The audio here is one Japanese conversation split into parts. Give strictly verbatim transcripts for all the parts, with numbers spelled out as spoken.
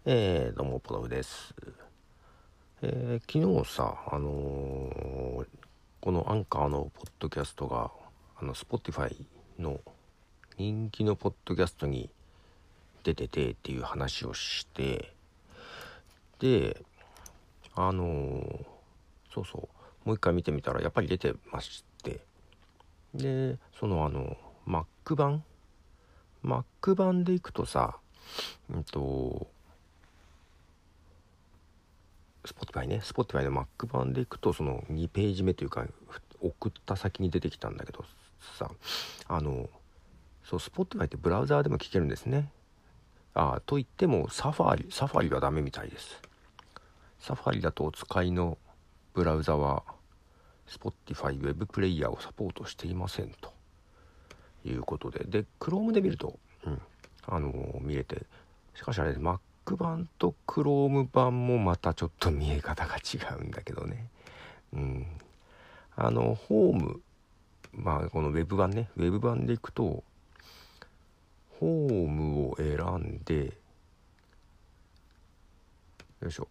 えー、どうもポトフです。えー、昨日さ、あのーこのアンカーのポッドキャストがあの Spotify の人気のポッドキャストに出ててっていう話をして、であのーそうそうもう一回見てみたらやっぱり出てまして、でそのあの Mac 版 Mac 版でいくとさ、うんとSpotify ね Spotify の Mac 版でいくとそのにページ目というか送った先に出てきたんだけどさ、あのそう Spotify ってブラウザーでも聞けるんですね。あと言ってもサファリサファリはダメみたいです。サファリだとお使いのブラウザは Spotify ウェブプレイヤーをサポートしていませんということで、で Chrome で見ると、うん、あのー見れて、しかしあれ Mac 版と Chrome 版もまたちょっと見え方が違うんだけどね。うん、あのホーム、まあこのウェブ版ねウェブ版でいくとホームを選んで、よいしょ、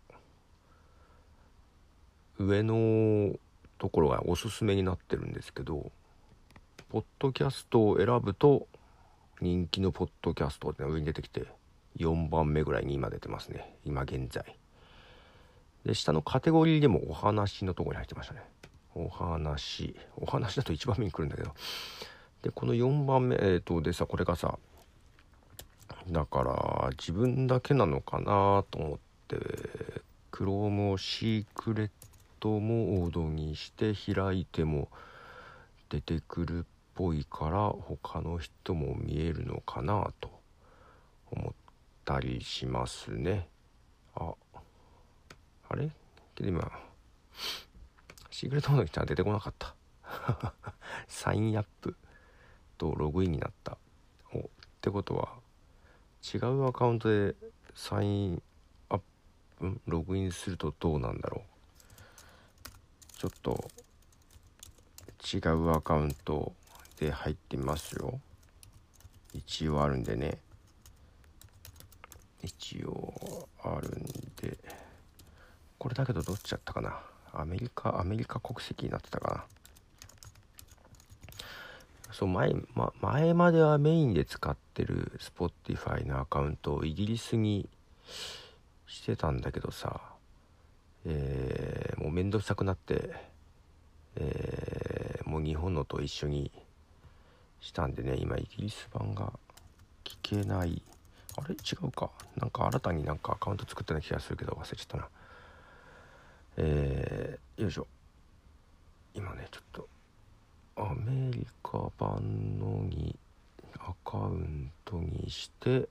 上のところがおすすめになってるんですけど、ポッドキャストを選ぶと人気のポッドキャストって上に出てきてよんばんめぐらいに今出てますね、今現在で。下のカテゴリーでもお話のところに入ってましたね。お話お話だといちばんめに来るんだけど、でこのよんばんめ、えーとでさ、これがさ、だから自分だけなのかなと思って Chrome をシークレットモードにして開いても出てくるっぽいから他の人も見えるのかなと思ったりしますね。ああれけど今シークレットモードにしたら出てこなかったサインアップとログインになった。おってことは違うアカウントでサインアップログインするとどうなんだろう。ちょっと違うアカウントで入ってみますよ。一応あるんでね一応あるんで、これだけどどっちだったかな。アメリカアメリカ国籍になってたかな。そう 前, ま、前まではメインで使ってる Spotify のアカウントをイギリスにしてたんだけどさ、えー、もうめんどくさくなって、えー、もう日本のと一緒にしたんでね、今イギリス版が聞けない。あれ違うか、なんか新たになんかアカウント作ったような気がするけど忘れちゃったな。えー、よいしょ、今ねちょっとアメリカ版のにアカウントにして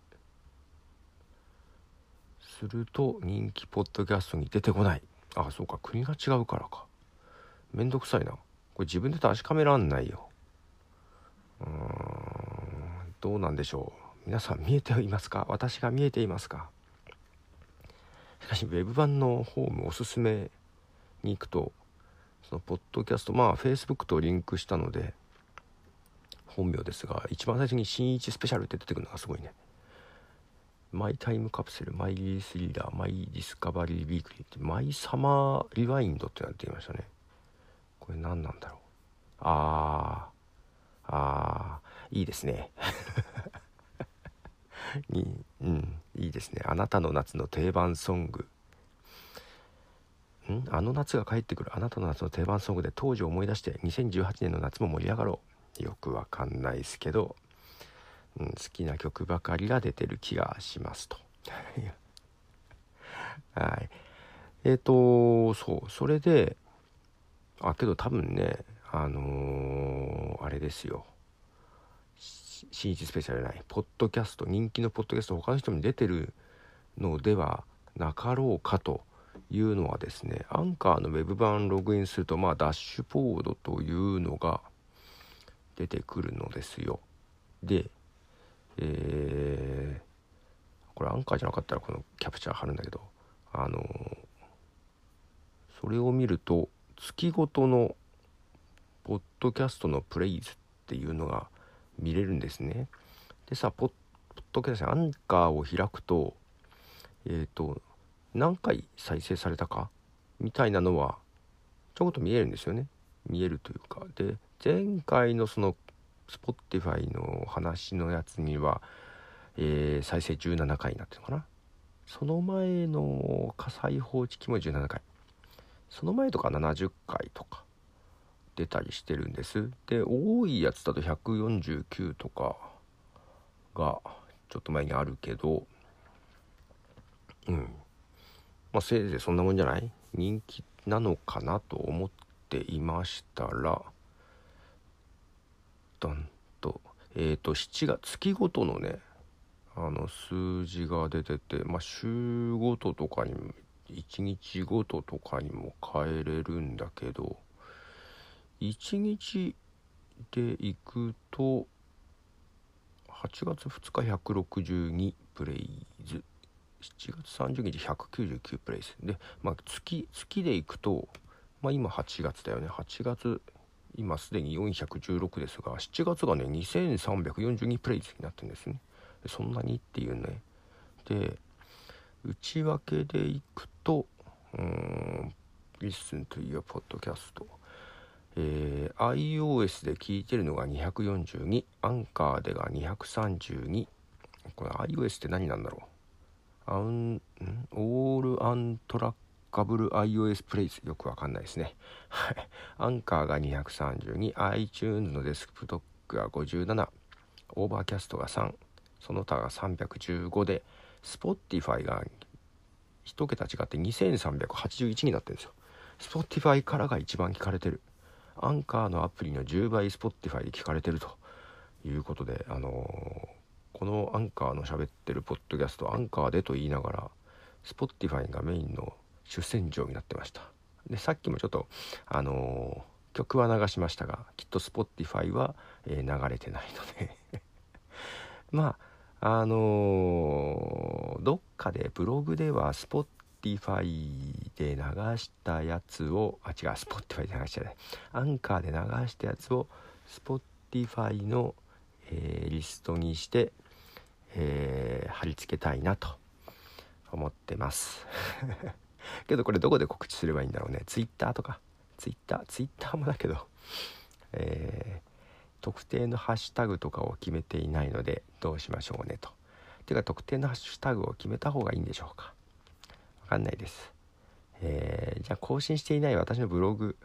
すると人気ポッドキャストに出てこない。ああそうか、国が違うからか。めんどくさいなこれ、自分で確かめらんないよ。うーんどうなんでしょう。皆さん見えていますか。私が見えていますか。しかしウェブ版のホームおすすめに行くと、そのポッドキャスト、まあ Facebook とリンクしたので本名ですが、一番最初に新一スペシャルって出てくるのがすごいね。マイタイムカプセル、マイリリースリーダー、マイディスカバリーウィークリーって、マイサマーリワインドってなっていましたね。これ何なんだろう。あーあーいいですねいい、うん、いいですね。あなたの夏の定番ソング、んあの夏が帰ってくる、あなたの夏の定番ソングで当時を思い出してにせんじゅうはちねんの夏も盛り上がろう。よくわかんないですけど、うん、好きな曲ばかりが出てる気がしますとはいえーとそうそれで、あけど多分ね、あのー、あれですよ、新一スペシャルじゃない、ポッドキャスト、人気のポッドキャスト他の人に出てるのではなかろうかというのはですね、アンカーのウェブ版ログインすると、まあダッシュボードというのが出てくるのですよ。で、えー、これアンカーじゃなかったらこのキャプチャー貼るんだけど、あのー、それを見ると月ごとのポッドキャストのプレイズっていうのが見れるんですね。でさ、ポッドキャストアンカーを開くとえっと何回再生されたかみたいなのはちょこっと見えるんですよね。見えるというか、で前回のその Spotify の話のやつには、えー、再生じゅうななかいになってるのかな。その前の火災報知器もじゅうななかい、その前とかななじゅっかいとか出たりしてるんです。で多いやつだとひゃくよんじゅうきゅうとかがちょっと前にあるけど、うんまあせいぜいそんなもんじゃない、人気なのかなと思っていましたら、だんとえっ、ー、としちがつ月ごとのねあの数字が出てて、まあ週ごととかにもいちにちごととかにも変えれるんだけど、いちにちでいくとはちがつふつかひゃくろくじゅうにプレイズ、しちがつさんじゅうにちひゃくきゅうじゅうきゅうプレイズで、まあ、月月でいくと、まあ、今はちがつだよね。はちがつ今すでによんひゃくじゅうろくですが、しちがつがねにせんさんびゃくよんじゅうにプレイズになってるんですね。そんなにっていうね。で内訳でいくと、うーん Listen to your podcast、えー、iOS で聞いてるのがにひゃくよんじゅうに、アンカーでがにひゃくさんじゅうに。これ iOS って何なんだろう。アンんオールアントラッカブル iOS プレイズ、よくわかんないですね。アンカーがにひゃくさんじゅうに、 iTunes のデスクトップがごじゅうなな、オーバーキャストがさん、その他がさんびゃくじゅうごで Spotify が一桁違ってにせんさんびゃくはちじゅういちになってるんですよ。 Spotify からが一番聞かれてる。アンカーのアプリのじゅうばい Spotify で聞かれてるということで、あのー、このアンカーの喋ってるポッドキャスト、アンカーでと言いながら Spotify がメインの主戦場になってました。でさっきもちょっとあのー、曲は流しましたが、きっと Spotify は、えー、流れてないのでまああのー、どっかでブログでは Spotify で流したやつをあ違う Spotify で流したねアンカーで流したやつを Spotify の、えー、リストにして、えー、貼り付けたいなと思ってますけどこれどこで告知すればいいんだろうね。 Twitter とか Twitter Twitter もだけど、えー特定のハッシュタグとかを決めていないのでどうしましょうねと。てか特定のハッシュタグを決めた方がいいんでしょうか。わかんないです。えー、じゃあ更新していない私のブログ、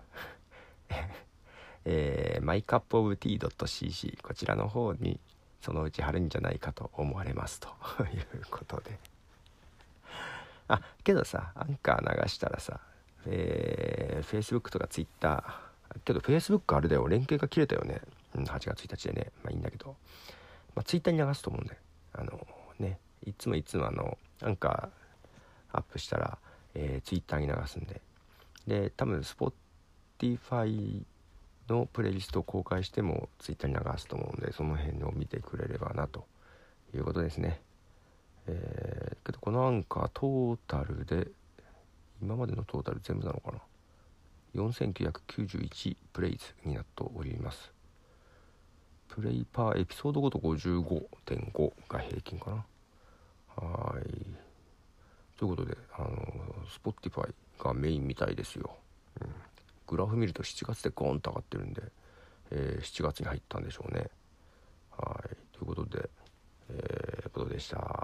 えー、マイカップオブティー ドット シーシー こちらの方にそのうち貼るんじゃないかと思われますということで。あけどさアンカー流したらさ、えー、Facebook とか Twitter、 けど Facebook あれだよ、連携が切れたよね。はちがつついたちでね。まあいいんだけど、まあ、ツイッターに流すと思うんで、あのね、いつもいつもあのアンカーアップしたら、えー、ツイッターに流すんで、で多分 Spotify のプレイリストを公開してもツイッターに流すと思うんで、その辺を見てくれればなということですね。えー、けどこのアンカートータルで今までのトータル全部なのかな、よんせんきゅうひゃくきゅうじゅういちプレイズになっております。プレイパーエピソードごと ごじゅうごてんご が平均かな。はいということで、あの Spotify がメインみたいですよ、うん、グラフ見るとしちがつでゴーンと上がってるんで、えー、しちがつに入ったんでしょうね。はいということで、えー、ことでした。